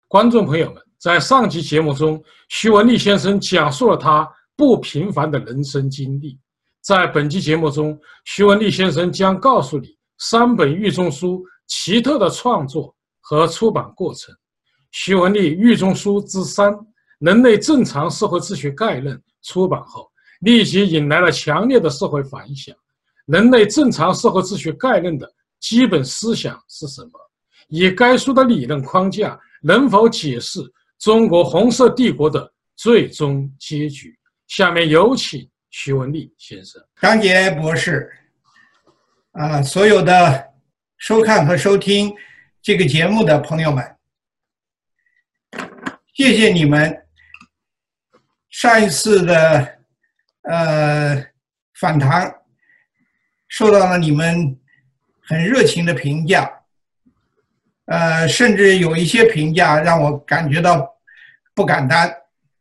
观众朋友们，在上期节目中，徐文丽先生讲述了他不平凡的人生经历。在本期节目中，徐文丽先生将告诉你3本狱中书奇特的创作和出版过程。徐文丽狱中书之3《人类正常社会秩序概论》出版后，立即引来了强烈的社会反响。人类正常社会秩序概论的基本思想是什么？以该书的理论框架能否解释中国红色帝国的最终结局？下面有请徐文丽先生。 张杰博士，所有的收看和收听这个节目的朋友们，谢谢你们。上一次的访谈受到了你们很热情的评价。甚至有一些评价让我感觉到不敢当。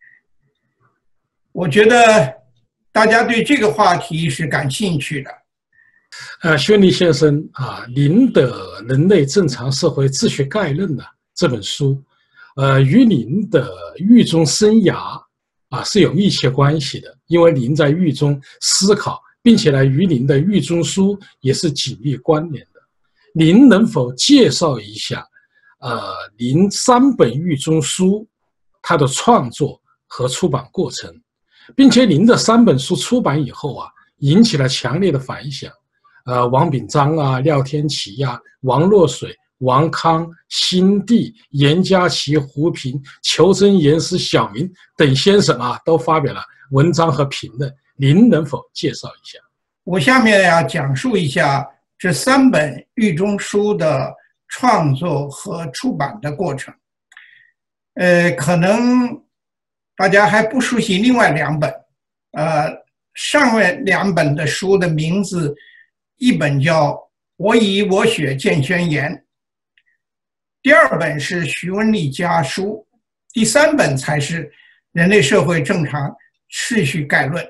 我觉得大家对这个话题是感兴趣的。 徐文丽先生您的《人类正常社会秩序概论》这本书，与您的狱中生涯是有密切关系的，因为您在狱中思考，并且呢与您的狱中书也是紧密关联的。您能否介绍一下您3本狱中书它的创作和出版过程，并且您的3本书出版以后引起了强烈的反响。王炳章廖天琪王洛水、王康、辛地、严家琪、胡平、裘真、严师、小明等先生都发表了文章和评论，您能否介绍一下？ 我下面要讲述一下这3本狱中书的创作和出版的过程。可能大家还不熟悉另外2本。上面2本的书的名字，一本叫《我以我血荐宣言》，第2本是徐文丽家书，第3本才是《人类社会正常秩序概论》。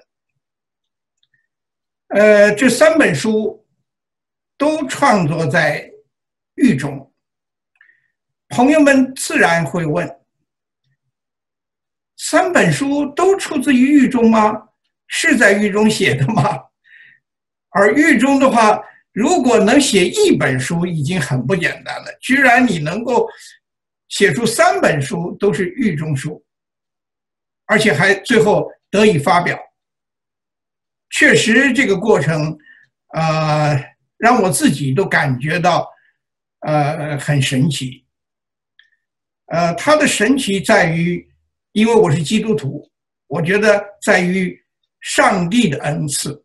这3本书都创作在狱中。朋友们自然会问：3本书都出自于狱中吗？是在狱中写的吗？而狱中的话，如果能写1本书已经很不简单了，居然你能够写出3本书都是狱中书，而且还最后得以发表。确实这个过程让我自己都感觉到很神奇。它的神奇在于，因为我是基督徒，我觉得在于上帝的恩赐。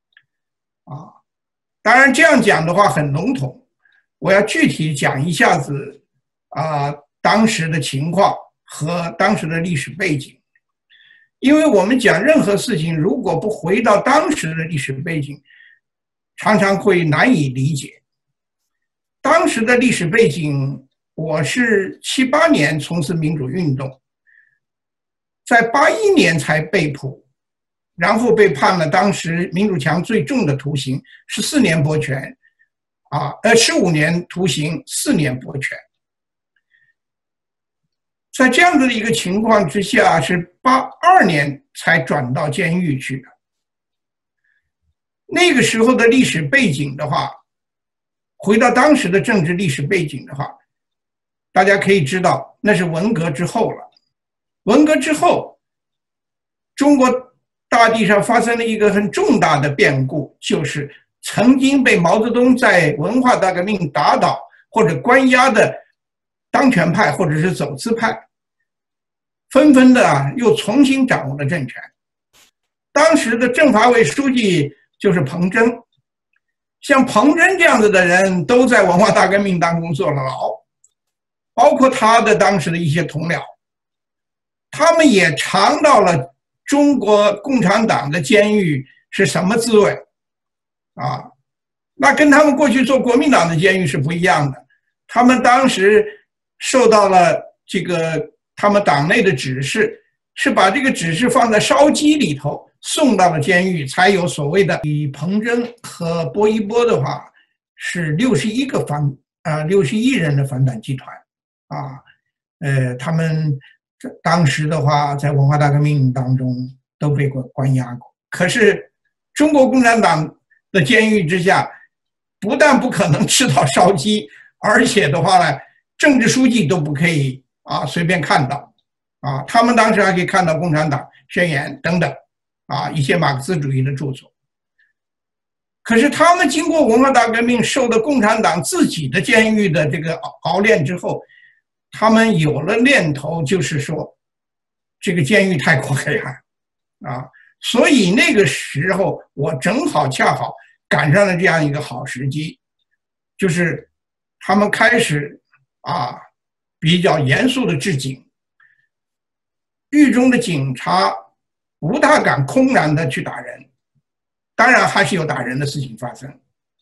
当然这样讲的话很笼统，我要具体讲一下子当时的情况和当时的历史背景。因为我们讲任何事情，如果不回到当时的历史背景，常常会难以理解。当时的历史背景，我是7、8年从事民主运动，在81年才被捕，然后被判了当时民主墙最重的徒刑14年夺权，15年徒刑4年夺权。在这样的一个情况之下，是82年才转到监狱去的。那个时候的历史背景的话，回到当时的政治历史背景的话，大家可以知道那是文革之后了。文革之后，中国大地上发生了一个很重大的变故，就是曾经被毛泽东在文化大革命打倒或者关押的当权派或者是走资派，纷纷的又重新掌握了政权。当时的政法委书记就是彭真，像彭真这样子的人都在文化大革命当中坐了牢，包括他的当时的一些同僚，他们也尝到了中国共产党的监狱是什么滋味那跟他们过去做国民党的监狱是不一样的。他们当时受到了这个他们党内的指示，是把这个指示放在烧鸡里头送到了监狱，才有所谓的以彭真和波一波的话是61人的反党集团他们当时的话，在文化大革命当中都被关押过。可是中国共产党的监狱之下，不但不可能吃到烧鸡，而且的话呢，政治书记都不可以随便看到他们当时还可以看到共产党宣言等等一些马克思主义的著作。可是他们经过文化大革命，受到共产党自己的监狱的这个熬练之后，他们有了念头，就是说这个监狱太过黑暗所以那个时候我恰好赶上了这样一个好时机，就是他们开始比较严肃的治警，狱中的警察不大敢空然的去打人，当然还是有打人的事情发生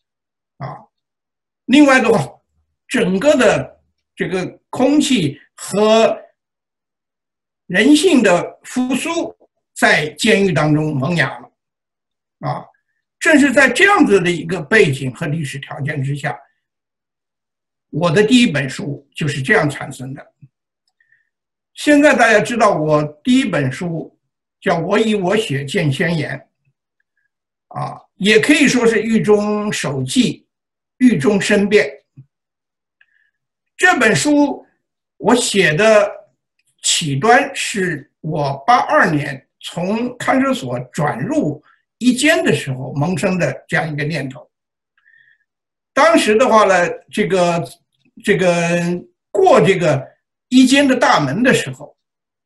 另外的话，整个的这个空气和人性的复苏在监狱当中萌芽了正是在这样子的一个背景和历史条件之下，我的第一本书就是这样产生的。现在大家知道我第一本书叫《我以我血荐宣言》也可以说是狱中手记，狱中申辩。这本书我写的起端是我82年从看守所转入一监的时候萌生的这样一个念头。当时的话呢，这个过这个一监的大门的时候，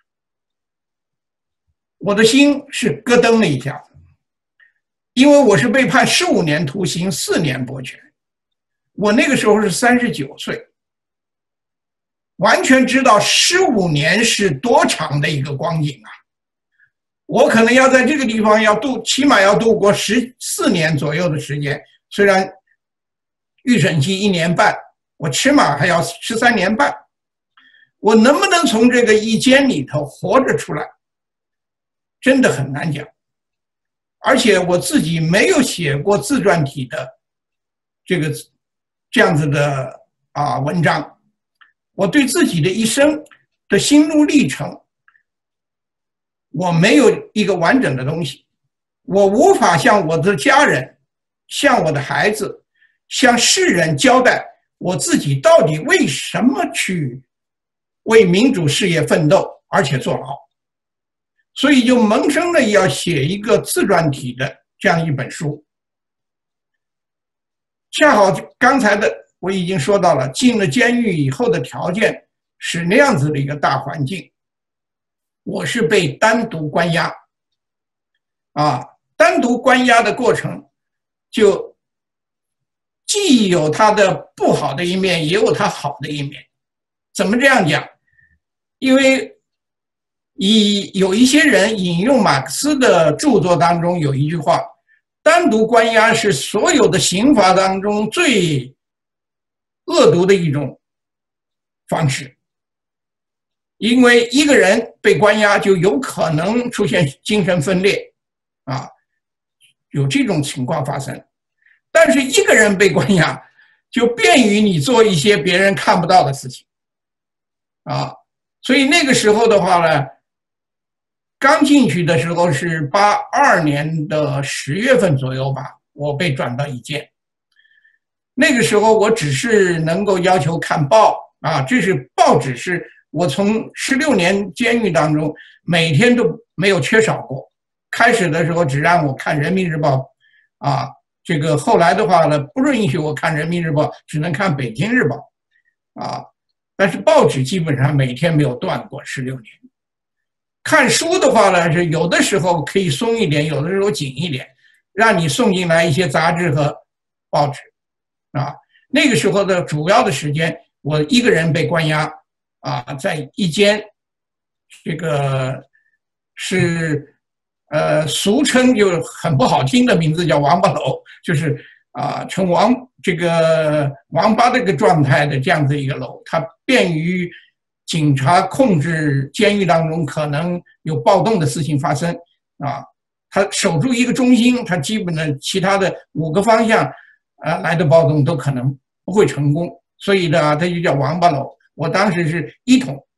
我的心是咯噔了一下子，因为我是被判15年徒刑，4年剥权。我那个时候是39岁，完全知道15年是多长的一个光景我可能要在这个地方起码要度过14年左右的时间，虽然预审期1年半，我起码还要13年半。我能不能从这个一监里头活着出来，真的很难讲。而且我自己没有写过自传体的这样子的文章，我对自己的一生的心路历程，我没有一个完整的东西，我无法向我的家人、向我的孩子、向世人交代我自己到底为什么去为民主事业奋斗，而且坐牢。所以就萌生了要写一个自传体的这样一本书。恰好刚才的我已经说到了，进了监狱以后的条件是那样子的一个大环境。我是被单独关押单独关押的过程就既有它的不好的一面，也有它好的一面。怎么这样讲？因为有一些人引用马克思的著作当中有一句话，单独关押是所有的刑罚当中最恶毒的一种方式，因为一个人被关押就有可能出现精神分裂有这种情况发生。但是一个人被关押就便于你做一些别人看不到的事情所以那个时候的话呢，刚进去的时候是82年的10月份左右吧，我被转到一监。那个时候我只是能够要求看报这是报纸是我从16年监狱当中每天都没有缺少过。开始的时候只让我看人民日报这个后来的话呢，不允许我看人民日报，只能看北京日报但是报纸基本上每天没有断过16年。看书的话呢，是有的时候可以松一点，有的时候紧一点，让你送进来一些杂志和报纸那个时候的主要的时间，我一个人被关押在一监，这个是俗称就很不好听的名字叫王八楼，就是成这个王八这个状态的这样子一个楼，它便于警察控制监狱当中可能有暴动的事情发生他守住一个中心，他基本的其他的5个方向来的暴动都可能不会成功，所以呢，它就叫王八楼。我当时是一统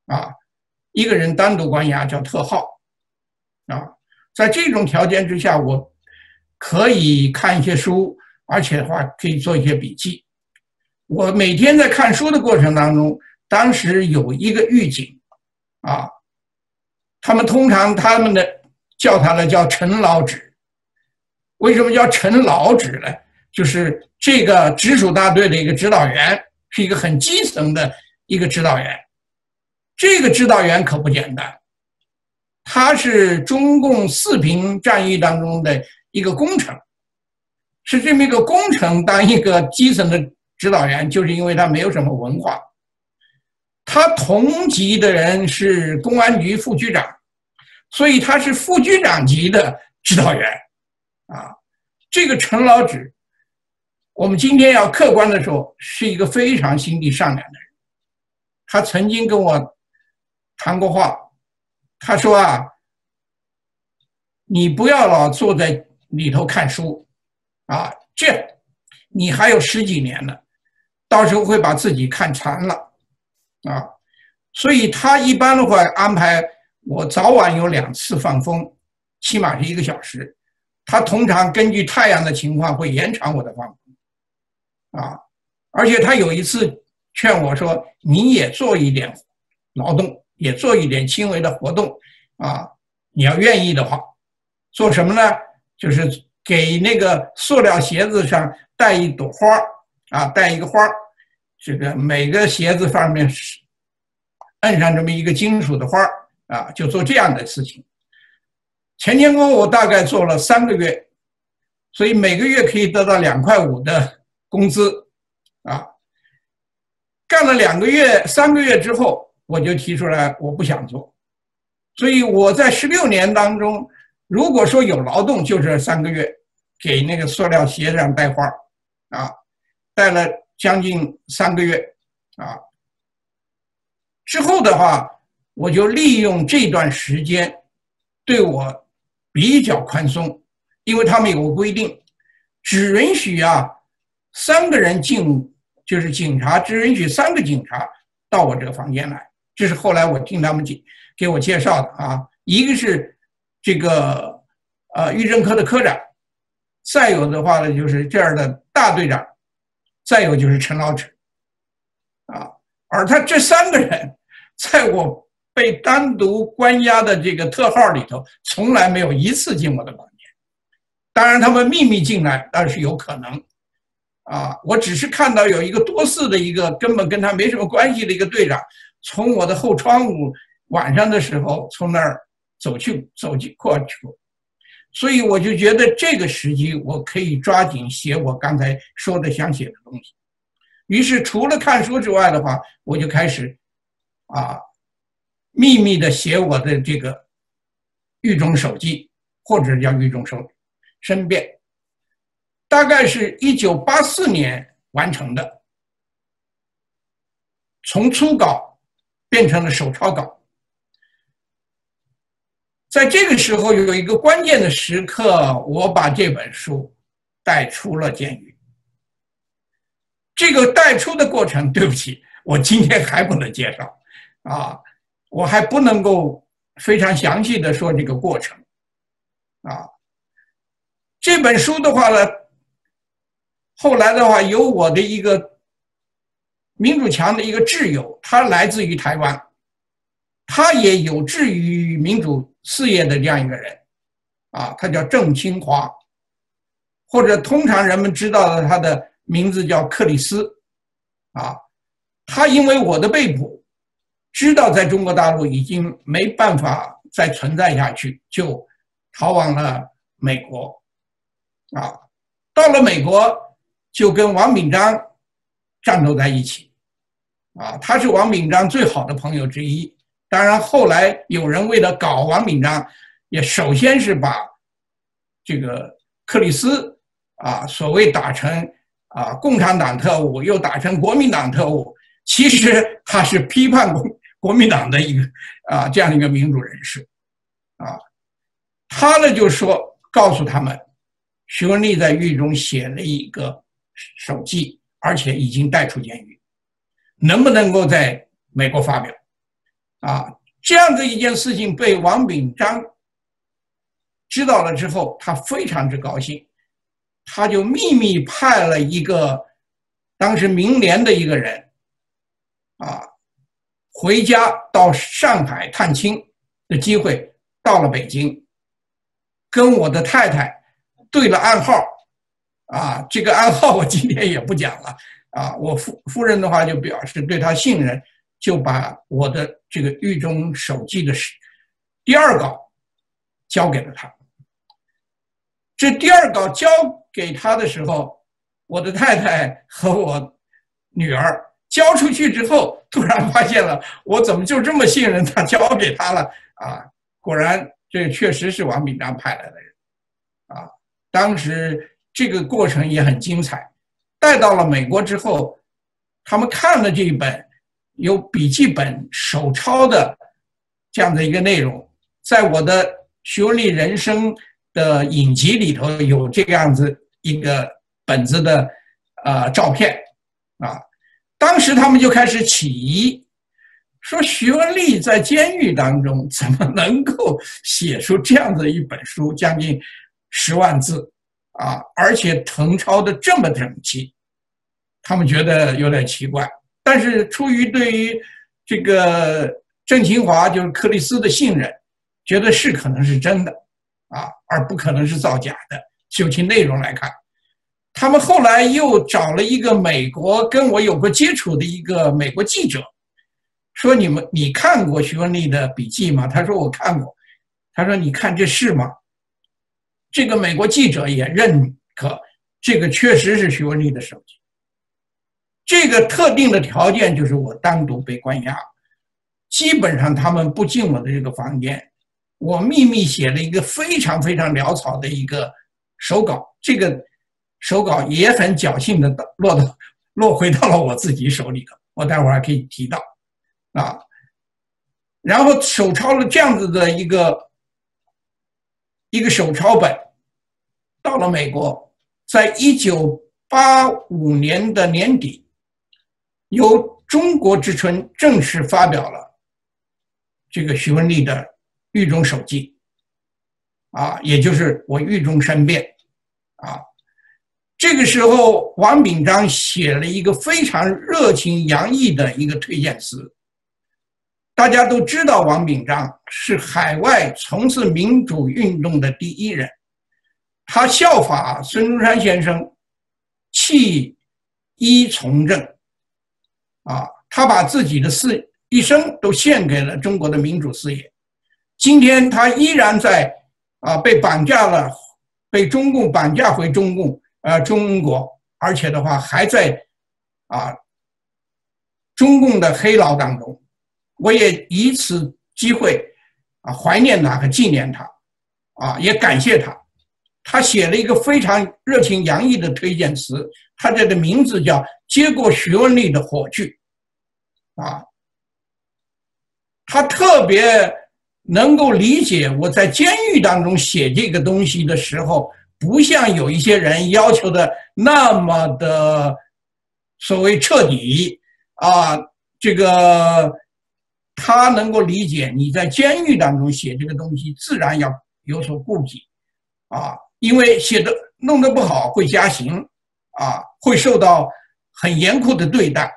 啊，一个人单独关押叫特号啊。在这种条件之下，我可以看一些书，而且的话可以做一些笔记。我每天在看书的过程当中，当时有一个狱警啊，他们通常叫他的叫陈老指。为什么叫陈老指呢？就是这个直属大队的一个指导员，是一个很基层的一个指导员。这个指导员可不简单，他是中共四平战役当中的一个功臣，是这么一个功臣当一个基层的指导员，就是因为他没有什么文化。他同级的人是公安局副局长，所以他是副局长级的指导员啊。这个陈老指，我们今天要客观的说，是一个非常心地善良的人。他曾经跟我谈过话，他说啊，你不要老坐在里头看书啊，这你还有10几年呢，到时候会把自己看残了啊。所以他一般的话安排我早晚有2次放风，起码是1个小时。他通常根据太阳的情况会延长我的放风啊。而且他有一次劝我说，你也做一点劳动，也做一点轻微的活动啊，你要愿意的话。做什么呢？就是给那个塑料鞋子上带一朵花啊，带一个花，这个每个鞋子上面摁上这么一个金属的花啊，就做这样的事情。前前后后我大概做了3个月，所以每个月可以得到2.5块的工资啊。干了2个月、3个月之后，我就提出来我不想做。所以我在16年当中，如果说有劳动，就这3个月，给那个塑料鞋上带花啊，带了将近3个月啊。之后的话，我就利用这段时间对我比较宽松，因为他们有个规定，只允许3个人进，就是警察只允许3个警察到我这个房间来。这是后来我听他们给我介绍的啊，一个是这个狱政科的科长，再有的话呢就是这儿的大队长，再有就是陈老指啊。而他这3个人，在我被单独关押的这个特号里头，从来没有1次进我的房间。当然，他们秘密进来，但是有可能啊。我只是看到有一个多事的一个根本跟他没什么关系的一个队长，从我的后窗户晚上的时候从那儿走过去。所以我就觉得这个时机我可以抓紧写我刚才说的想写的东西。于是除了看书之外的话，我就开始秘密的写我的这个狱中手记，或者叫狱中申辩，大概是1984年完成的，从初稿变成了手抄稿。在这个时候有一个关键的时刻，我把这本书带出了监狱。这个带出的过程，对不起，我今天还不能介绍啊，我还不能够非常详细的说这个过程啊。这本书的话呢，后来的话有我的一个民主墙的一个挚友，他来自于台湾，他也有志于民主事业的这样一个人啊，他叫郑清华，或者通常人们知道的他的名字叫克里斯啊。他因为我的被捕，知道在中国大陆已经没办法再存在下去，就逃往了美国啊。到了美国就跟王炳章战斗在一起啊，他是王炳章最好的朋友之一。当然后来有人为了搞王炳章，也首先是把这个克里斯所谓打成共产党特务，又打成国民党特务，其实他是批判国民党的一个这样一个民主人士啊。他呢就说告诉他们，徐文丽在狱中写了一个手记，而且已经带出监狱，能不能够在美国发表？ 啊，这样的一件事情被王炳章知道了之后，他非常之高兴，他就秘密派了一个当时民联的一个人啊，回家到上海探亲的机会，到了北京，跟我的太太对了暗号啊，这个暗号我今天也不讲了啊，我夫人的话就表示对他信任，就把我的这个狱中手记的第二稿交给了他。这第二稿交给他的时候，我的太太和我女儿交出去之后，突然发现了我怎么就这么信任他，交给他了啊！果然，这确实是王炳章派来的人啊。当时这个过程也很精彩。带到了美国之后，他们看了这一本有笔记本手抄的这样的一个内容，在我的徐文立人生的影集里头有这个样子一个本子的照片啊。当时他们就开始起疑，说徐文立在监狱当中怎么能够写出这样的一本书，将近10万字啊，而且誊抄的这么整齐，他们觉得有点奇怪。但是出于对于这个郑清华就是克里斯的信任，觉得是可能是真的啊，而不可能是造假的。就其内容来看，他们后来又找了一个美国跟我有过接触的一个美国记者，说你看过徐文立的笔记吗？他说我看过。他说你看这是吗？这个美国记者也认可，这个确实是徐文立的手记。这个特定的条件就是我单独被关押，基本上他们不进我的这个房间，我秘密写了一个非常非常潦草的一个手稿，这个手稿也很侥幸的落回到了我自己手里头，我待会儿还可以提到啊。然后手抄了这样子的一个手抄本，到了美国，在1985年的年底，由中国之春正式发表了这个徐文立的狱中手记啊，也就是我狱中申辩啊。这个时候，王炳章写了一个非常热情洋溢的一个推荐词。大家都知道，王炳章是海外从事民主运动的第一人，他效法孙中山先生，弃医从政，啊，他把自己的一生都献给了中国的民主事业。今天他依然在被绑架了，被中共绑架回中国，而且的话还在中共的黑牢当中。我也以此机会怀念他和纪念他也感谢他。他写了一个非常热情洋溢的推荐词，他这个名字叫《接过徐文立的火炬》他特别能够理解我在监狱当中写这个东西的时候，不像有一些人要求的那么的所谓彻底这个他能够理解你在监狱当中写这个东西，自然要有所顾忌因为弄得不好会加刑会受到很严酷的对待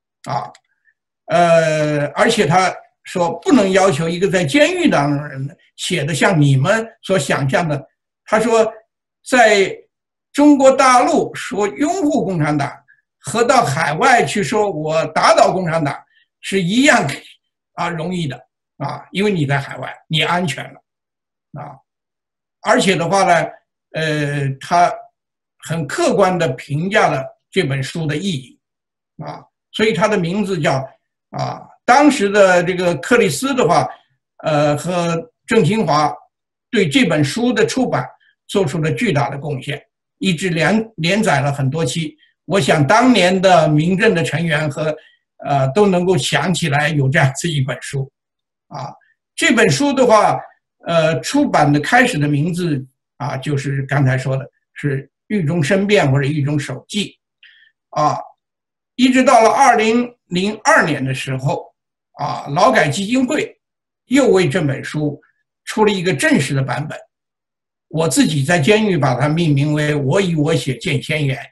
而且他说不能要求一个在监狱当中的人写的像你们所想象的。他说，在中国大陆说拥护共产党和到海外去说我打倒共产党是一样容易的因为你在海外，你安全了而且的话呢，他很客观地评价了这本书的意义所以他的名字叫当时的这个克里斯的话，和郑清华对这本书的出版做出了巨大的贡献，一直连载了很多期。我想当年的民政的成员和都能够想起来有这样子一本书这本书的话，出版的开始的名字就是刚才说的是《狱中申辩》或者《狱中手记》一直到了2002年的时候劳改基金会又为这本书出了一个正式的版本，我自己在监狱把它命名为《我以我写见先言》。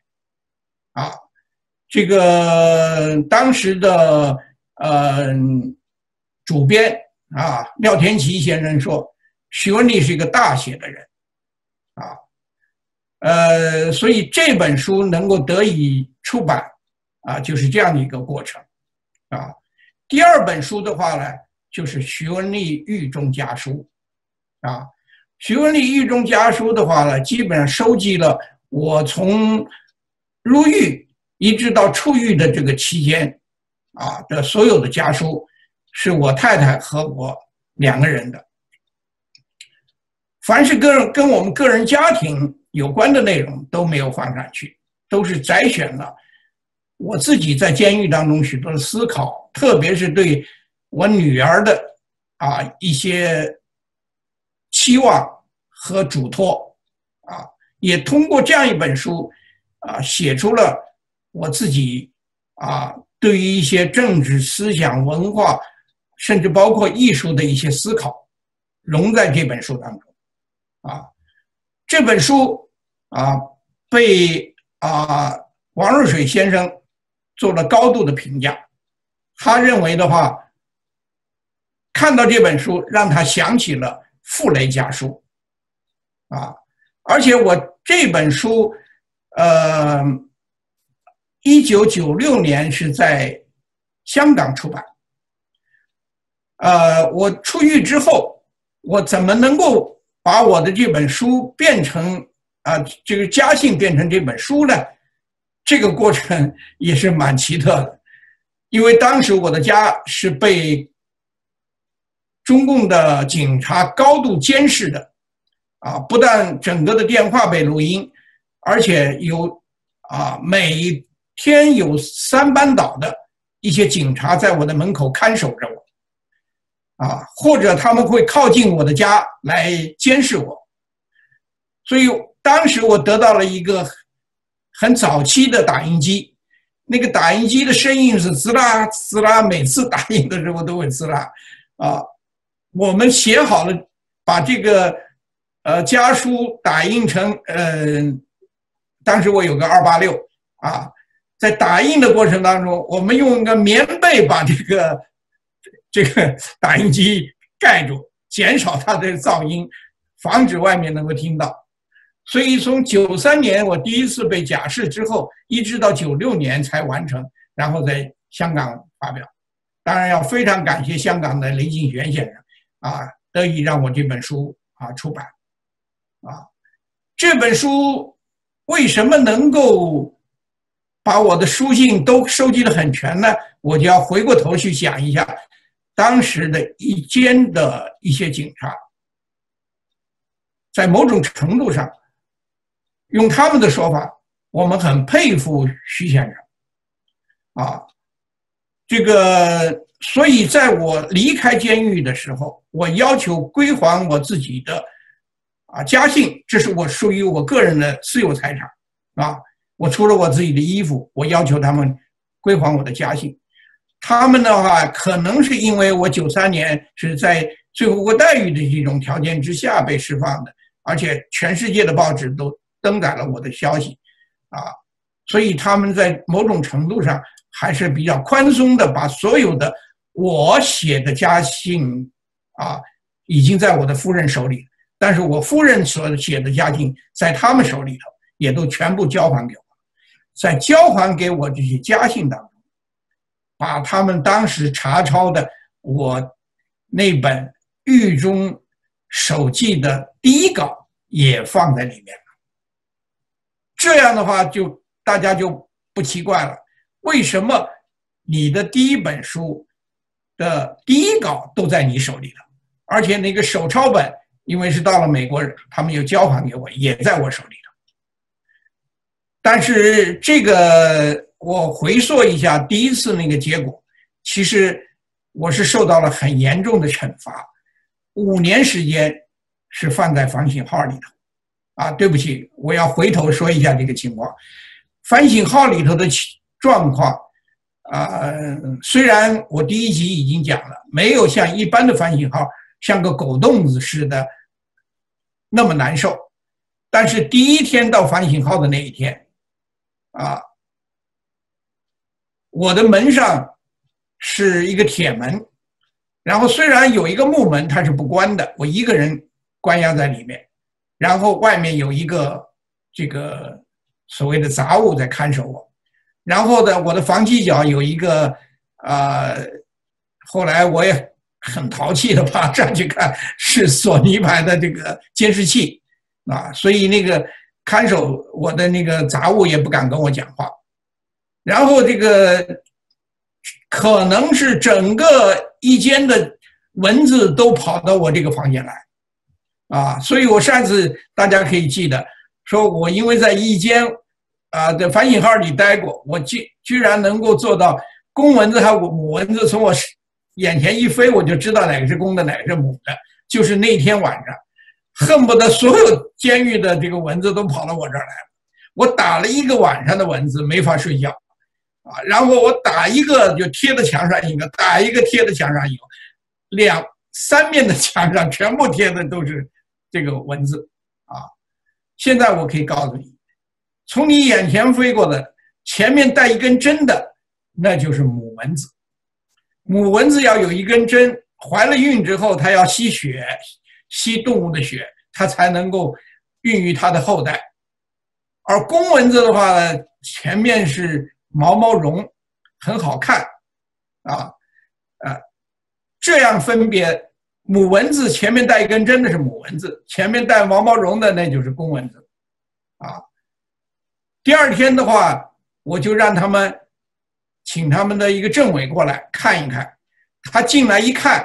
这个当时的主编廖天琪先生说，许文丽是一个大写的人所以这本书能够得以出版就是这样的一个过程第二本书的话呢，就是许文丽狱中家书许文丽狱中家书的话呢，基本上收集了我从入狱一直到出狱的这个期间的所有的家书，是我太太和我2个人的。凡是跟我们个人家庭有关的内容都没有放上去，都是摘选了我自己在监狱当中许多的思考，特别是对我女儿的一些期望和嘱托也通过这样一本书写出了我自己对于一些政治思想文化甚至包括艺术的一些思考融在这本书当中这本书被王若水先生做了高度的评价。他认为的话，看到这本书让他想起了傅雷家书而且我这本书1996年是在香港出版我出狱之后，我怎么能够把我的这本书变成这个家信变成这本书呢？这个过程也是蛮奇特的，因为当时我的家是被中共的警察高度监视的不但整个的电话被录音，而且有每天有3班倒的一些警察在我的门口看守着我或者他们会靠近我的家来监视我。所以当时我得到了一个很早期的打印机，那个打印机的声音是滋啦滋啦，每次打印的时候都会滋啦我们写好了，把这个家书打印成当时我有个286在打印的过程当中，我们用一个棉被把这个打印机盖住，减少它的噪音，防止外面能够听到。所以从93年我第一次被假释之后，一直到96年才完成，然后在香港发表。当然要非常感谢香港的雷敬玄先生得以让我这本书出版这本书为什么能够把我的书信都收集得很全呢？我就要回过头去想一下当时的一监的一些警察，在某种程度上用他们的说法，我们很佩服徐先生这个所以在我离开监狱的时候，我要求归还我自己的家信，这是我属于我个人的私有财产我除了我自己的衣服，我要求他们归还我的家信。他们的话可能是因为我93年是在最惠国待遇的这种条件之下被释放的，而且全世界的报纸都登载了我的消息所以他们在某种程度上还是比较宽松的，把所有的我写的家信已经在我的夫人手里，但是我夫人所写的家信在他们手里头也都全部交还给我。在交还给我这些家信当中，把他们当时查抄的我那本狱中手记的第一稿也放在里面了。这样的话大家就不奇怪了，为什么你的第一本书的第一稿都在你手里头，而且那个手抄本因为是到了美国，他们又交还给我，也在我手里头。但是这个我回溯一下第一次那个结果，其实我是受到了很严重的惩罚，5年时间是放在反省号里头对不起，我要回头说一下这个情况。反省号里头的状况虽然我第一集已经讲了，没有像一般的反省号像个狗洞子似的那么难受，但是第一天到反省号的那一天，我的门上是一个铁门，然后虽然有一个木门它是不关的，我一个人关押在里面，然后外面有一个这个所谓的杂物在看守我。然后呢，我的房犄角有一个后来我也很淘气的爬上去看，是索尼牌的这个监视器所以那个看守我的那个杂物也不敢跟我讲话。然后这个可能是整个一间的蚊子都跑到我这个房间来所以我上次大家可以记得，说我因为在一间的反省号里待过，我居然能够做到公蚊子和母蚊子从我眼前一飞，我就知道哪个是公的，哪个是母的。就是那天晚上，恨不得所有监狱的这个蚊子都跑到我这儿来了。我打了一个晚上的蚊子，没法睡觉然后我打一个就贴在墙上一个，打一个贴在墙上一个，3面的墙上全部贴的都是这个蚊子现在我可以告诉你，从你眼前飞过的，前面带一根针的，那就是母蚊子。母蚊子要有一根针，怀了孕之后，它要吸血，吸动物的血，它才能够孕育它的后代。而公蚊子的话呢，前面是毛毛绒，很好看这样分别，母蚊子前面带一根针的是母蚊子，前面带毛毛绒的那就是公蚊子第二天的话，我就让他们请他们的一个政委过来看一看。他进来一看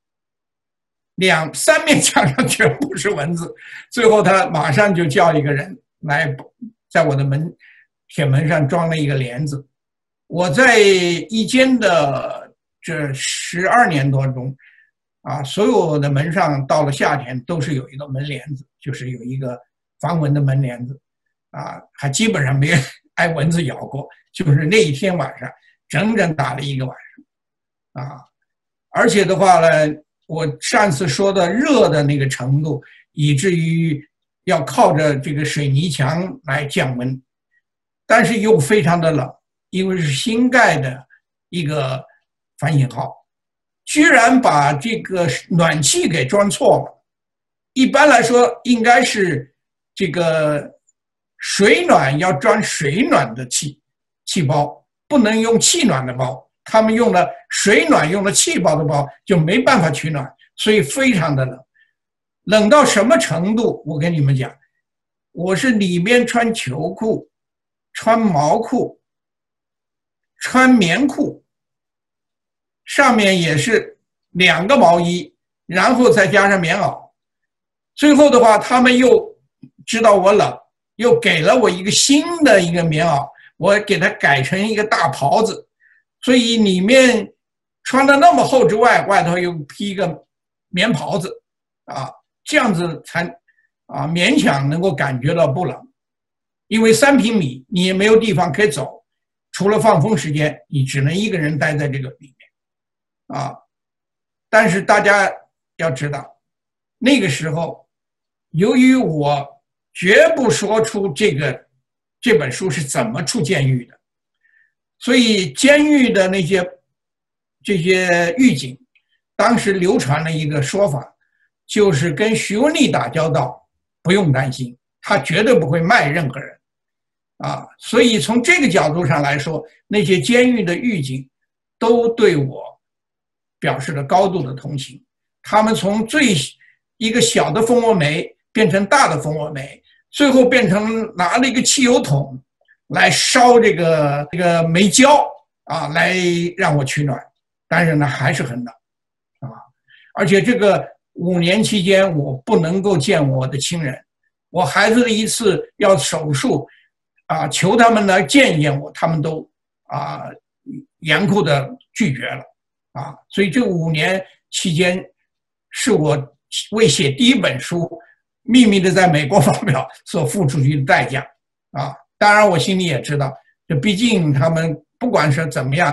，3面墙上全部是蚊子。最后他马上就叫一个人来，在我的铁门上装了一个帘子。我在一间的这12年多中，所有的门上到了夏天都是有一个门帘子，就是有一个防蚊的门帘子。还基本上没挨蚊子咬过，就是那一天晚上整整打了一个晚上而且的话呢，我上次说的热的那个程度，以至于要靠着这个水泥墙来降温，但是又非常的冷，因为是新盖的一个反省号，居然把这个暖气给装错了。一般来说应该是这个水暖要装水暖的气包，不能用气暖的包。他们用了水暖，用了气包的包，就没办法取暖，所以非常的冷。冷到什么程度？我跟你们讲，我是里面穿球裤，穿毛裤，穿棉裤，上面也是2个毛衣，然后再加上棉袄。最后的话，他们又知道我冷，又给了我一个新的一个棉袄，我给它改成一个大袍子。所以里面穿的那么厚之外，外头又披一个棉袍子这样子才勉强能够感觉到不冷。因为3平米你也没有地方可以走，除了放风时间，你只能一个人待在这个里面但是大家要知道，那个时候由于我绝不说出这本书是怎么出监狱的，所以监狱的这些狱警当时流传了一个说法，就是跟徐文丽打交道不用担心，他绝对不会卖任何人所以从这个角度上来说，那些监狱的狱警都对我表示了高度的同情。他们从一个小的蜂窝煤变成大的蜂窝煤，最后变成拿了一个汽油桶来烧这个煤焦来让我取暖，但是呢还是很冷而且这个5年期间我不能够见我的亲人，我孩子的一次要手术求他们来见一见我，他们都严酷的拒绝了所以这5年期间是我为写第1本书秘密的在美国发表所付出去的代价当然我心里也知道，这毕竟他们不管是怎么样，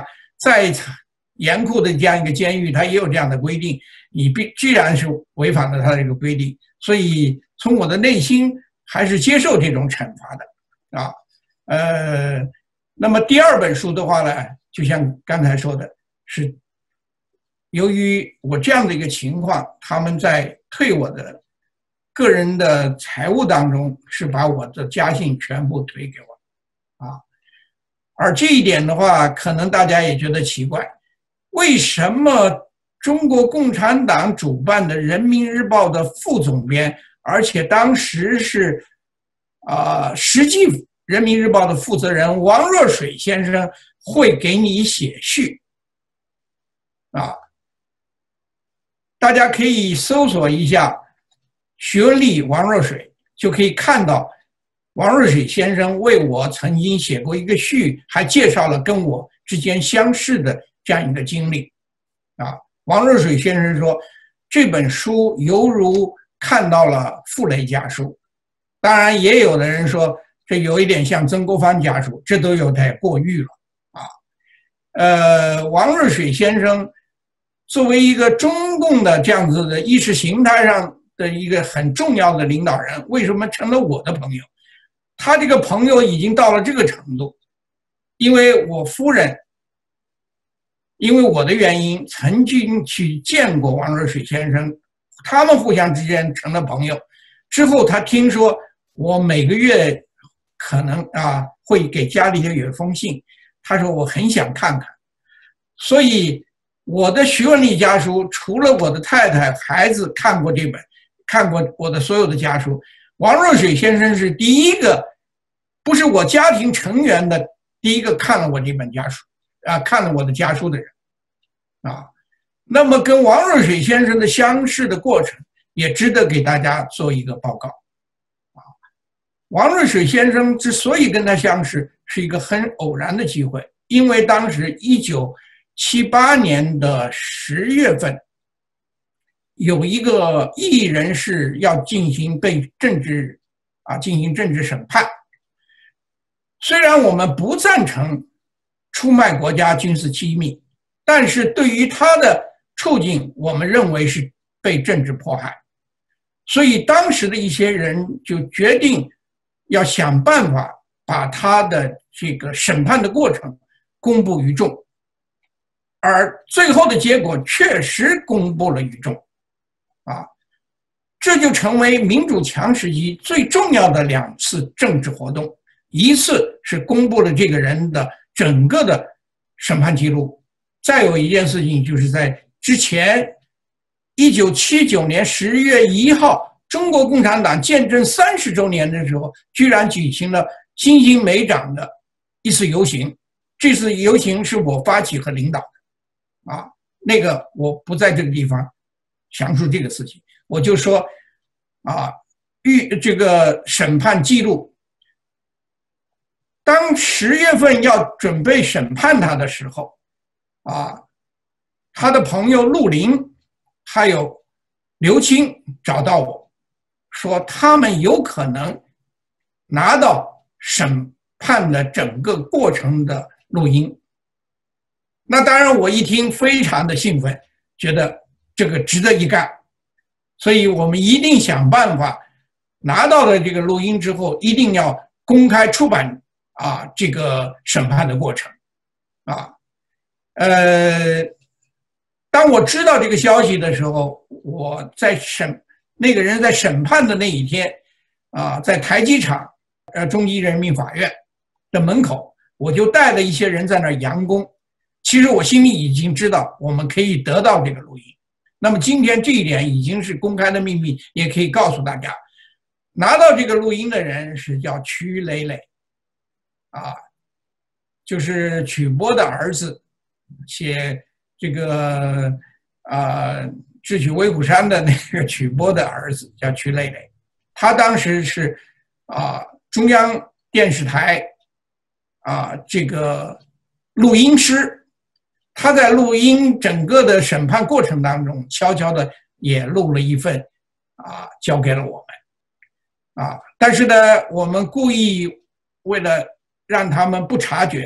再严酷的这样一个监狱，它也有这样的规定，你既然是违反了它的这个规定，所以从我的内心还是接受这种惩罚的啊。那么第二本书的话呢，就像刚才说的，是由于我这样的一个情况，他们在退我的个人的财务当中，是把我的家信全部退给我啊。而这一点的话，可能大家也觉得奇怪，为什么中国共产党主办的《人民日报》的副总编，而且当时是实际《人民日报》的负责人王若水先生会给你写序啊？大家可以搜索一下徐文丽、王若水，就可以看到王若水先生为我曾经写过一个序，还介绍了跟我之间相识的这样一个经历啊。王若水先生说，这本书犹如看到了傅雷家书，当然也有的人说这有一点像曾国藩家书，这都有点过誉了啊。王若水先生作为一个中共的这样子的意识形态上的一个很重要的领导人，为什么成了我的朋友？他这个朋友已经到了这个程度，因为我夫人因为我的原因曾经去见过王若水先生，他们互相之间成了朋友。之后他听说我每个月可能会给家里有一封信，他说我很想看看，所以我的徐文丽家书除了我的太太孩子看过这本，看过我的所有的家书，王若水先生是第一个，不是我家庭成员的第一个看了我这本家书看了我的家书的人啊。那么跟王若水先生的相识的过程也值得给大家做一个报告啊。王若水先生之所以跟他相识，是一个很偶然的机会，因为当时1978年的10月份，有一个异议人士要进行政治审判。虽然我们不赞成出卖国家军事机密，但是对于他的处境，我们认为是被政治迫害，所以当时的一些人就决定要想办法把他的这个审判的过程公布于众，而最后的结果确实公布了于众这就成为民主强时期最重要的2次政治活动。一次是公布了这个人的整个的审判记录，再有一件事情就是在之前1979年10月1号，中国共产党建政30周年的时候，居然举行了新兴美长的一次游行。这次游行是我发起和领导的那个我不在这个地方详述这个事情，我就说这个审判记录，当10月份要准备审判他的时候他的朋友陆林还有刘青找到我说，他们有可能拿到审判的整个过程的录音。那当然我一听非常的兴奋，觉得这个值得一干，所以我们一定想办法拿到了这个录音之后，一定要公开出版这个审判的过程当我知道这个消息的时候，我在那个人在审判的那一天在台机场中级人民法院的门口，我就带了一些人在那儿佯攻。其实我心里已经知道我们可以得到这个录音，那么今天这一点已经是公开的秘密，也可以告诉大家，拿到这个录音的人是叫曲磊磊就是曲波的儿子，写这个智取威虎山的那个曲波的儿子叫曲磊磊。他当时是中央电视台这个录音师，他在录音整个的审判过程当中，悄悄的也录了一份交给了我们但是呢，我们故意为了让他们不察觉，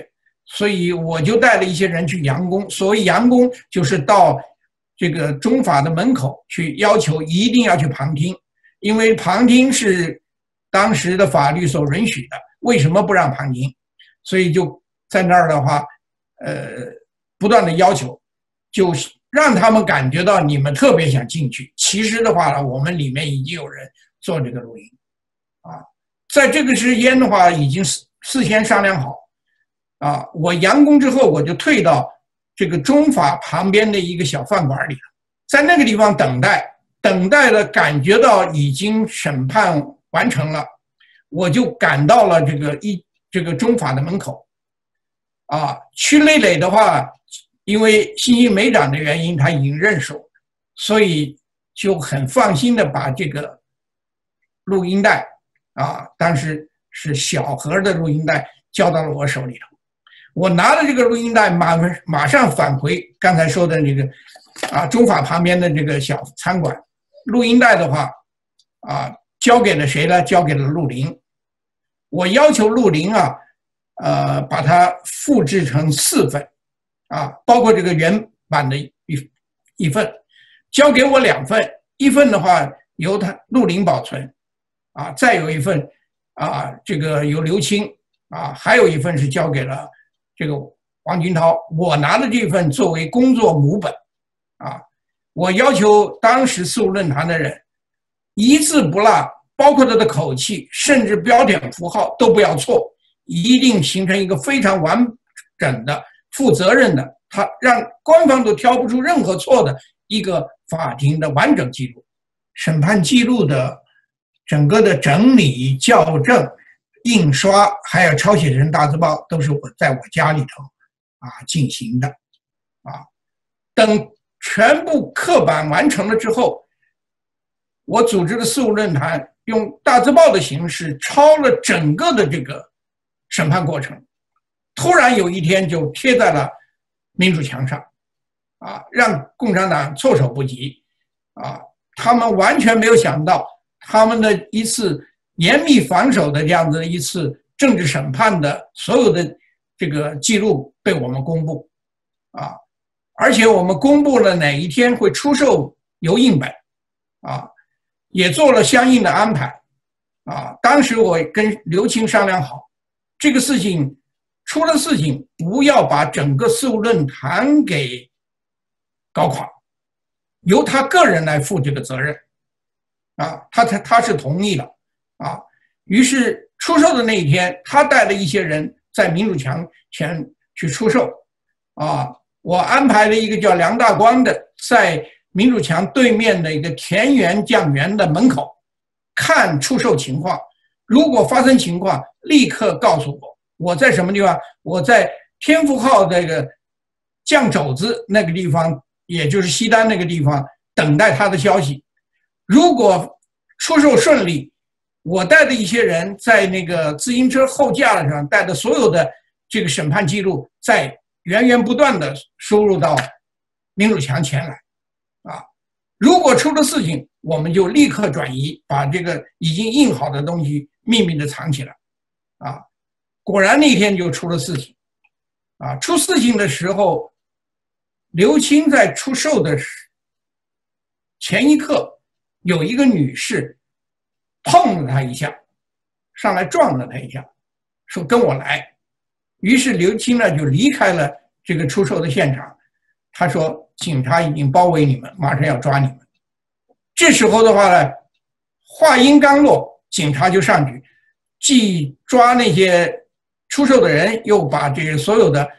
所以我就带了一些人去佯攻。所谓佯攻，就是到这个中法的门口去要求一定要去旁听，因为旁听是当时的法律所允许的。为什么不让旁听？所以就在那儿的话，不断的要求，就是让他们感觉到你们特别想进去。其实的话呢，我们里面已经有人做这个录音，啊，在这个时间的话，已经事先商量好，啊，我佯攻之后，我就退到这个中法旁边的一个小饭馆里了，在那个地方等待，等待的感觉到已经审判完成了，我就赶到了这个中法的门口。啊，曲磊磊的话，因为信息美长的原因，他已经认手，所以就很放心的把这个录音带，啊，当时是小盒的录音带交到了我手里头。我拿了这个录音带，马上返回刚才说的那个中法旁边的这个小餐馆。录音带的话，交给了谁呢？交给了陆林。我要求陆林把它复制成4份，包括这个原版的一份，交给我2份，一份的话由陆林保存，再有一份这个由刘青，还有一份是交给了这个王军涛。我拿的这份作为工作母本，我要求当时事务论坛的人一字不落，包括他的口气，甚至标点符号都不要错。一定形成一个非常完整的、负责任的，他让官方都挑不出任何错的一个法庭的完整记录。审判记录的整个的整理、校正、印刷，还有抄写成大字报，都是我在我家里头进行的。等全部刻板完成了之后，我组织的事务论坛用大字报的形式抄了整个的这个审判过程，突然有一天就贴在了民主墙上，让共产党措手不及，他们完全没有想到，他们的一次严密防守的这样子一次政治审判的所有的这个记录被我们公布，而且我们公布了哪一天会出售油印本，也做了相应的安排，当时我跟刘青商量好。这个事情出了事情，不要把整个事务论坛给搞垮，由他个人来负这个责任，他是同意了，于是出售的那一天，他带了一些人在民主墙前去出售，我安排了一个叫梁大光的，在民主墙对面的一个田园酱园的门口看出售情况。如果发生情况，立刻告诉我。我在什么地方？我在天福号这个酱肘子那个地方，也就是西单那个地方，等待他的消息。如果出售顺利，我带的一些人在那个自行车后架上带的所有的这个审判记录，再源源不断的输入到民主墙前来，如果出了事情，我们就立刻转移，把这个已经印好的东西秘密的藏起来，果然那天就出了事情，出事情的时候，刘青在出售的前一刻，有一个女士碰了他一下，上来撞了他一下，说跟我来，于是刘青呢就离开了这个出售的现场，他说警察已经包围你们，马上要抓你们。这时候的话呢，话音刚落，警察就上去，既抓那些出售的人，又把这个所有的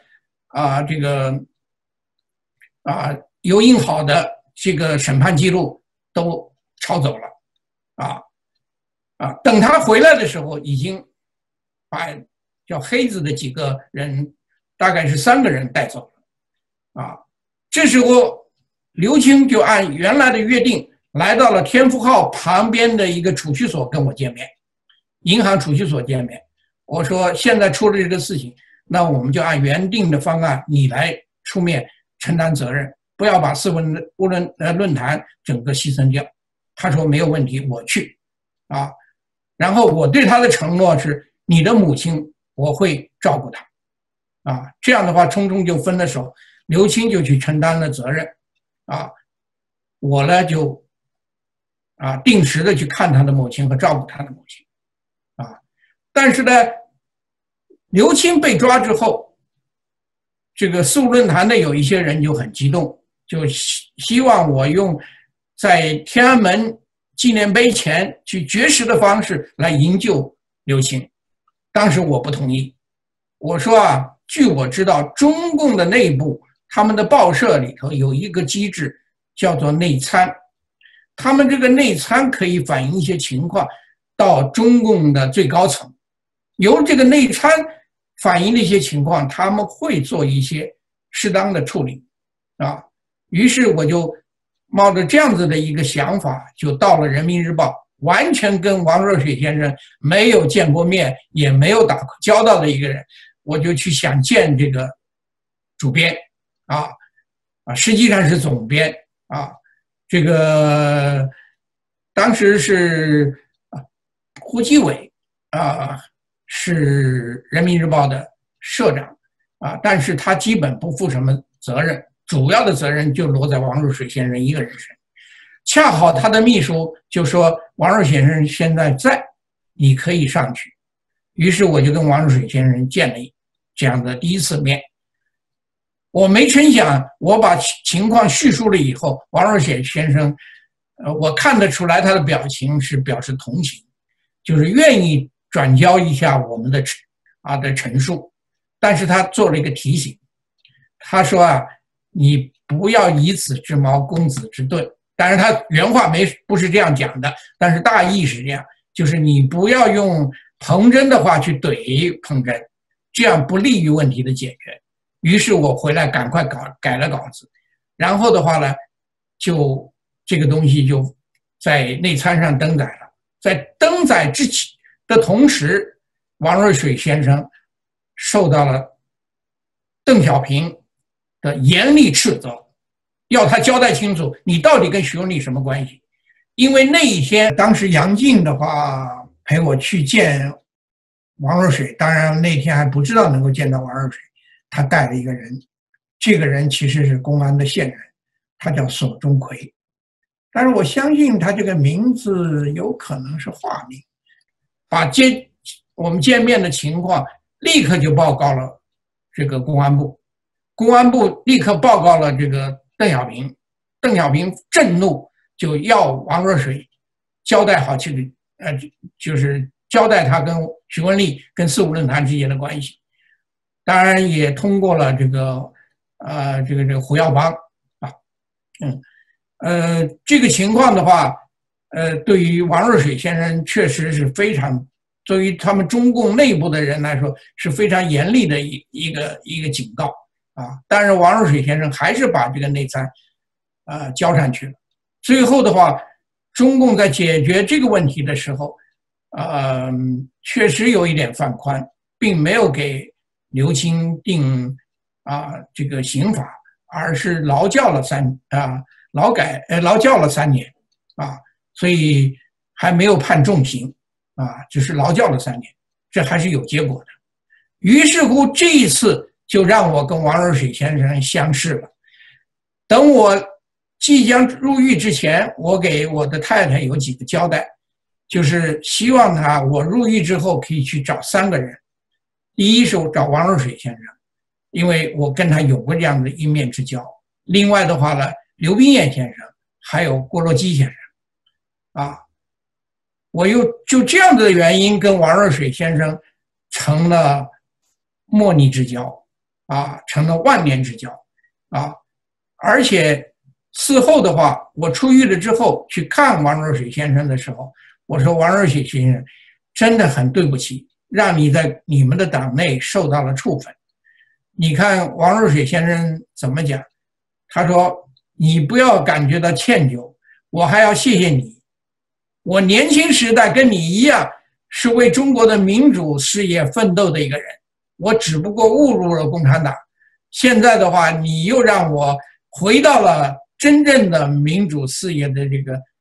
油印好的这个审判记录都抄走了，等他回来的时候，已经把叫黑子的几个人，大概是3个人带走了，这时候刘青就按原来的约定来到了天福号旁边的一个储蓄所跟我见面，银行储蓄所见面。我说现在出了这个事情，那我们就按原定的方案，你来出面承担责任，不要把事务论坛整个牺牲掉。他说没有问题，我去，然后我对他的承诺是，你的母亲我会照顾她， 啊，这样的话匆匆就分了手，刘清就去承担了责任，啊，我呢就定时的去看他的母亲和照顾他的母亲，啊，但是呢，刘清被抓之后，这个四五论坛的有一些人就很激动，就希望我用在天安门纪念碑前去绝食的方式来营救刘清。当时我不同意，我说据我知道，中共的内部他们的报社里头有一个机制叫做内参，他们这个内参可以反映一些情况到中共的最高层，由这个内参反映的一些情况，他们会做一些适当的处理，于是我就冒着这样子的一个想法，就到了人民日报，完全跟王若水先生没有见过面，也没有打过交道的一个人，我就去想见这个主编，实际上是总编，这个当时是胡基伟是人民日报的社长但是他基本不负什么责任，主要的责任就落在王若水先生一个人身上。恰好他的秘书就说王若水先生现在在，你可以上去。于是我就跟王若水先生见了这样的第一次面。我没成想，我把情况叙述了以后，王若水先生，我看得出来他的表情是表示同情，就是愿意转交一下我们的陈述，但是他做了一个提醒，他说你不要以子之矛攻子之盾。当然他原话不是这样讲的，但是大意是这样，就是你不要用彭真的话去怼彭真，这样不利于问题的解决。于是我回来赶快改了稿子，然后的话呢，就这个东西就在内参上登载了。在登载之前的同时，王若水先生受到了邓小平的严厉斥责，要他交代清楚你到底跟徐文丽什么关系。因为那一天当时杨静的话陪我去见王若水，当然那天还不知道能够见到王若水，他带了一个人，这个人其实是公安的线人，他叫索钟馗，但是我相信他这个名字有可能是化名。把我们见面的情况立刻就报告了这个公安部，公安部立刻报告了这个邓小平，邓小平震怒，就要王若水交代好就是交代他跟徐文丽跟四五论坛之间的关系。当然也通过了这个胡耀邦这个情况的话，对于王若水先生确实是非常，对于他们中共内部的人来说是非常严厉的一个警告但是王若水先生还是把这个内参交上去了。最后的话，中共在解决这个问题的时候，确实有一点放宽，并没有给刘清定这个刑罚，而是劳教了3年所以还没有判重刑只是劳教了3年，这还是有结果的。于是乎这一次就让我跟王若水先生相识了。等我即将入狱之前，我给我的太太有几个交代，就是希望我入狱之后可以去找3个人。第一是我找王若水先生，因为我跟他有过这样的一面之交。另外的话呢，刘宾彦先生还有郭洛基先生我又就这样的原因跟王若水先生成了莫逆之交成了万年之交而且事后的话，我出狱了之后去看王若水先生的时候，我说王若水先生真的很对不起，让你在你们的党内受到了处分。你看王若水先生怎么讲，他说你不要感觉到歉疚，我还要谢谢你，我年轻时代跟你一样是为中国的民主事业奋斗的一个人，我只不过误入了共产党，现在的话你又让我回到了真正的民主事业的这个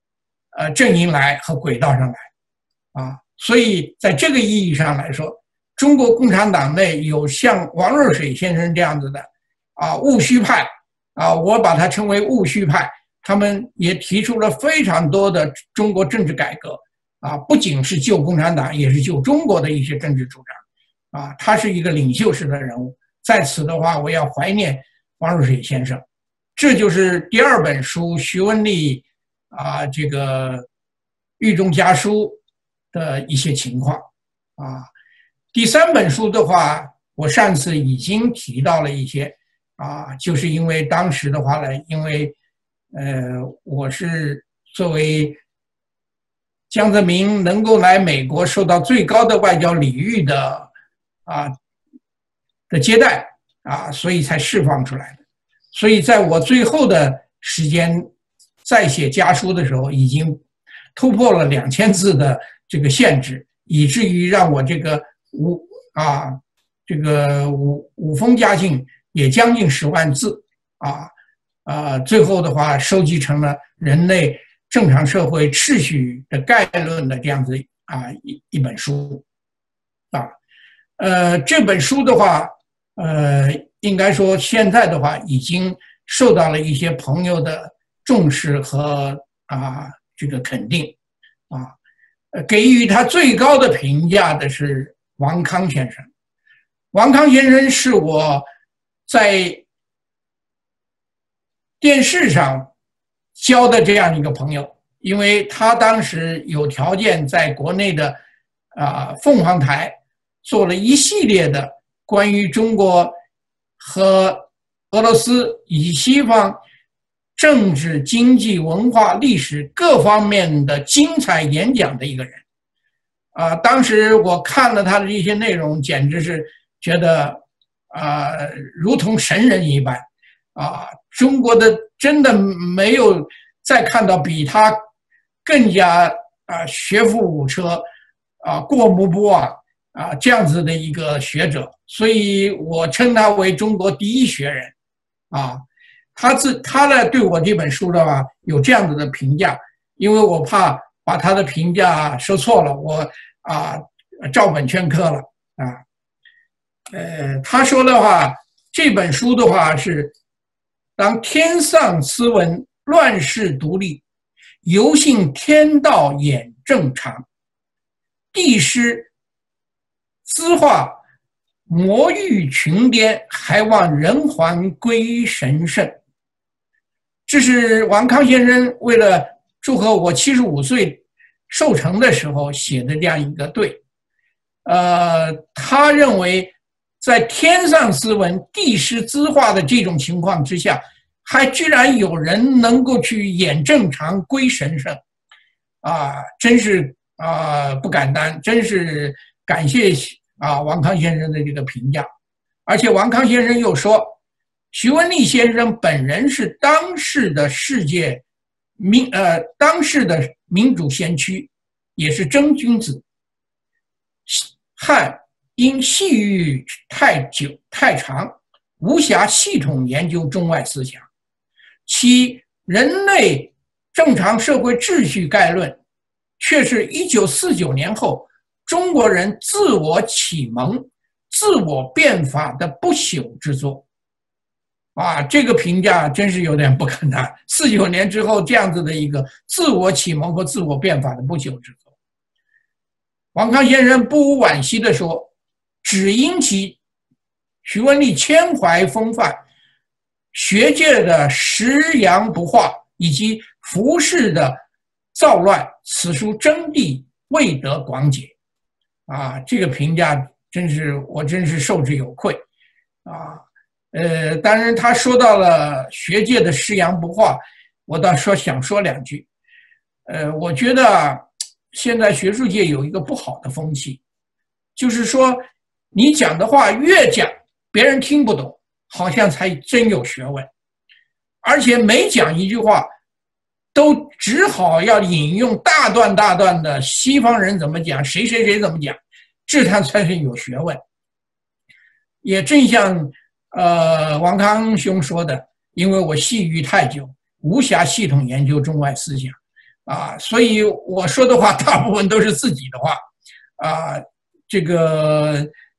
阵营来和轨道上来所以在这个意义上来说， 中国共产党内有像王若水先生这样子的戊戌派我把它称为戊戌派，他们也提出了非常多的中国政治改革不仅是救共产党，也是救中国的一些政治主张他是一个领袖式的人物。在此的话，我要怀念王若水先生。这就是第2本书徐文丽这个狱中家书的一些情况第3本书的话，我上次已经提到了一些就是因为当时的话呢，因为我是作为江泽民能够来美国受到最高的外交礼遇的接待所以才释放出来的。所以在我最后的时间再写家书的时候，已经突破了2000字的这个限制，以至于让我这个五封家信也将近10万字最后的话收集成了人类正常社会秩序的概论的这样子一本书这本书的话应该说现在的话已经受到了一些朋友的重视和这个肯定给予他最高的评价的是王康先生。王康先生是我在电视上交的这样一个朋友，因为他当时有条件在国内的凤凰台做了一系列的关于中国和俄罗斯以及西方政治、经济、文化、历史各方面的精彩演讲的一个人当时我看了他的这些内容，简直是觉得如同神人一般中国的真的没有再看到比他更加学富五车过目不忘这样子的一个学者，所以我称他为中国第一学人他呢对我这本书的话有这样子的评价，因为我怕把他的评价说错了，我照本宣科了他说的话，这本书的话是当天上斯文，乱世独立，犹信天道演正常，地师资化魔域群颠，还望人寰归神圣。这是王康先生为了祝贺我75岁寿辰的时候写的这样一个对。他认为在天上斯文，地师资化的这种情况之下，还居然有人能够去演正常归神圣真是不敢当，真是感谢王康先生的这个评价。而且王康先生又说，徐文丽先生本人是当世的当世的民主先驱，也是真君子。汉因细欲太久太长，无暇系统研究中外思想。其人类正常社会秩序概论，却是1949年后中国人自我启蒙、自我变法的不朽之作。这个评价真是有点不敢当。49年之后这样子的一个自我启蒙和自我变法的不朽之作。王康先生不无惋惜地说，只因其徐文丽谦怀风范，学界的食洋不化以及服饰的躁乱，此书真谛未得广解。这个评价我真是受之有愧当然他说到了学界的食洋不化，我倒想说2句。我觉得现在学术界有一个不好的风气，就是说你讲的话越讲别人听不懂，好像才真有学问，而且每讲一句话都只好要引用大段大段的西方人怎么讲，谁谁谁怎么讲，这才是有学问。也正像王康兄说的，因为我细语太久，无暇系统研究中外思想所以我说的话大部分都是自己的话这个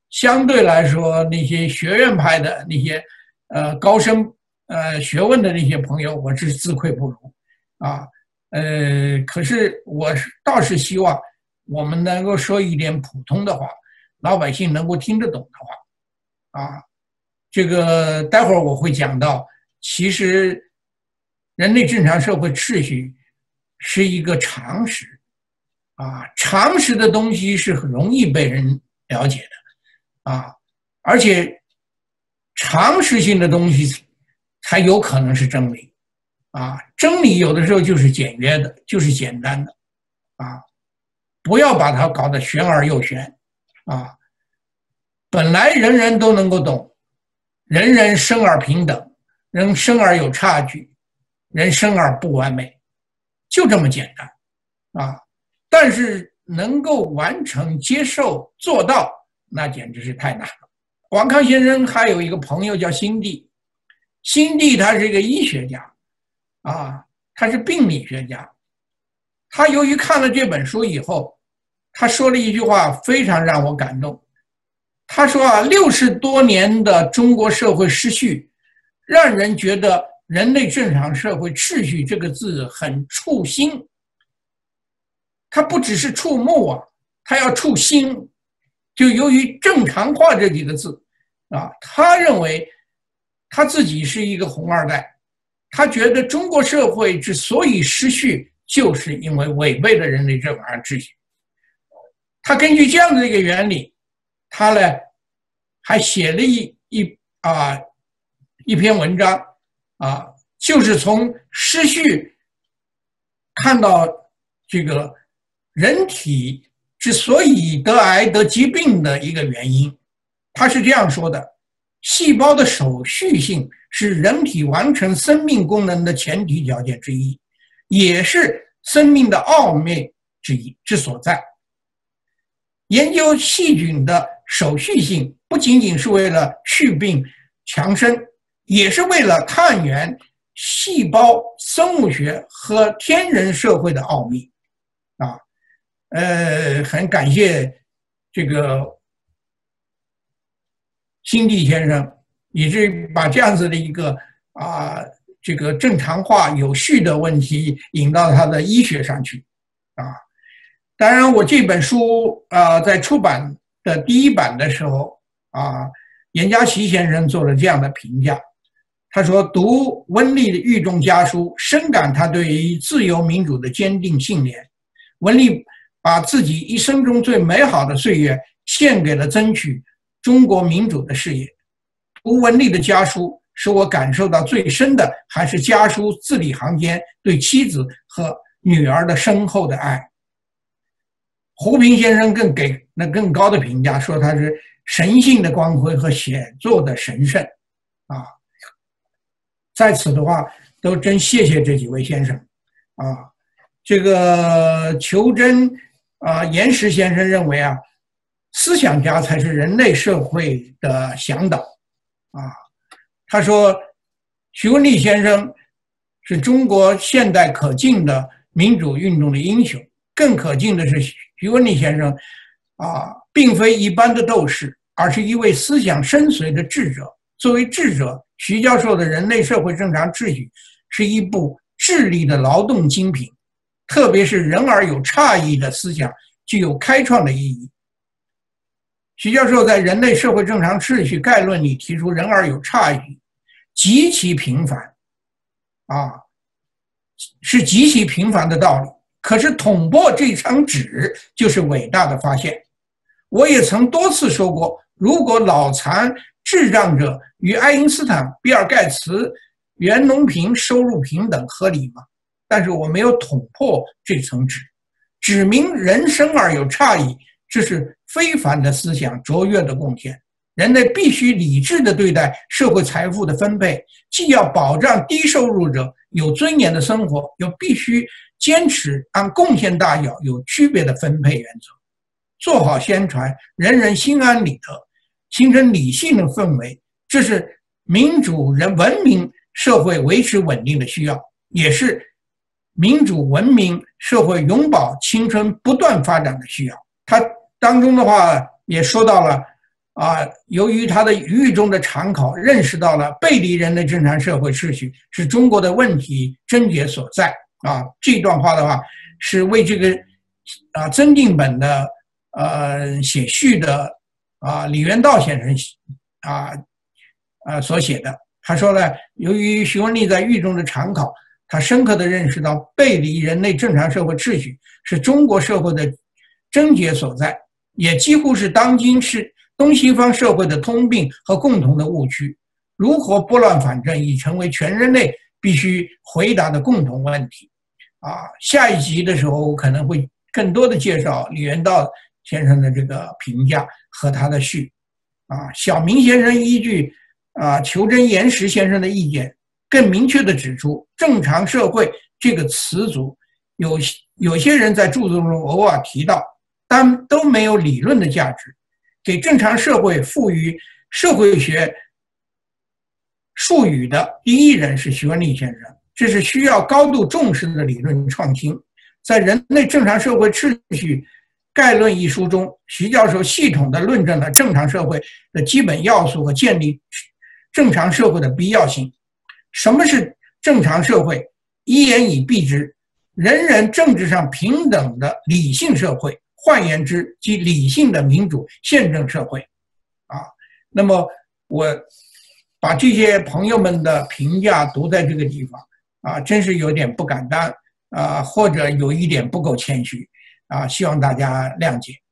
相对来说，那些学院派的那些高深学问的那些朋友，我是自愧不如啊。可是我倒是希望我们能够说一点普通的话，老百姓能够听得懂的话啊。这个待会儿我会讲到，其实人类正常社会秩序是一个常识啊，常识的东西是很容易被人了解的啊，而且常识性的东西才有可能是真理啊，真理有的时候就是简约的，就是简单的啊，不要把它搞得玄而又玄啊，本来人人都能够懂。人人生而平等，人生而有差距，人生而不完美，就这么简单啊！但是能够完成、接受、做到，那简直是太难了。王康先生还有一个朋友叫辛地，辛地他是一个医学家啊，他是病理学家。他由于看了这本书以后，他说了一句话，非常让我感动。他说啊，60多年的中国社会失序，让人觉得人类正常社会秩序这个字很触心。它不只是触目啊，它要触心。就由于正常化这几个字啊，他认为他自己是一个红二代，他觉得中国社会之所以失序，就是因为违背了人类正常秩序。他根据这样的一个原理，他呢还写了一篇文章啊，就是从失序看到这个人体之所以得癌得疾病的一个原因。他是这样说的：细胞的手续性是人体完成生命功能的前提条件之一，也是生命的奥秘之所在。研究细菌的手续性不仅仅是为了去病强身，也是为了探源细胞生物学和天人社会的奥秘啊。很感谢这个辛地先生，以至于把这样子的一个这个正常化有序的问题引到他的医学上去啊。当然，我这本书在出版的第1版的时候严家琪先生做了这样的评价，他说：“读温丽的《狱中家书》，深感他对于自由民主的坚定信念。温丽把自己一生中最美好的岁月献给了争取中国民主的事业。读温丽的家书，使我感受到最深的还是家书字里行间对妻子和女儿的深厚的爱。”胡平先生更给那更高的评价，说他是神性的光辉和写作的神圣啊。在此的话，都真谢谢这几位先生啊。这个裘真严石先生认为思想家才是人类社会的向导啊。他说，徐文丽先生是中国现代可敬的民主运动的英雄，更可敬的是徐文丽先生并非一般的斗士，而是一位思想深邃的智者。作为智者，徐教授的《人类社会正常秩序》是一部智力的劳动精品，特别是人而有差异的思想具有开创的意义。徐教授在《人类社会正常秩序概论》里提出人而有差异极其平凡是极其平凡的道理，可是捅破这层纸就是伟大的发现。我也曾多次说过，如果脑残智障者与爱因斯坦、比尔盖茨、袁隆平收入平等，合理吗？但是我没有捅破这层纸，指明人生而有差异，这是非凡的思想卓越的贡献。人类必须理智地对待社会财富的分配，既要保障低收入者有尊严的生活，又必须坚持按贡献大小有区别的分配原则，做好宣传，人人心安理得，形成理性的氛围，这是民主文明社会维持稳定的需要，也是民主文明社会永葆青春不断发展的需要。它当中的话也说到了由于他的狱中的常考，认识到了背离人类正常社会秩序是中国的问题症结所在。这段话的话是为这个增订本的写序的李元道先生所写的。他说呢，由于徐文丽在狱中的常考，他深刻地认识到背离人类正常社会秩序是中国社会的症结所在，也几乎是当今是东西方社会的通病和共同的误区。如何拨乱反正，已成为全人类必须回答的共同问题。下一集的时候，我可能会更多的介绍李元道先生的这个评价和他的序。小明先生依据裘真言实先生的意见，更明确地指出，正常社会这个词组有些人在著作中偶尔提到，但都没有理论的价值。给正常社会赋予社会学术语的第一人是徐文丽先生，这是需要高度重视的理论创新。在《人类正常社会秩序概论》一书中，徐教授系统地论证了正常社会的基本要素和建立正常社会的必要性。什么是正常社会？一言以蔽之，人人政治上平等的理性社会，换言之，即理性的民主宪政社会。那么我把这些朋友们的评价读在这个地方真是有点不敢当或者有一点不够谦虚希望大家谅解。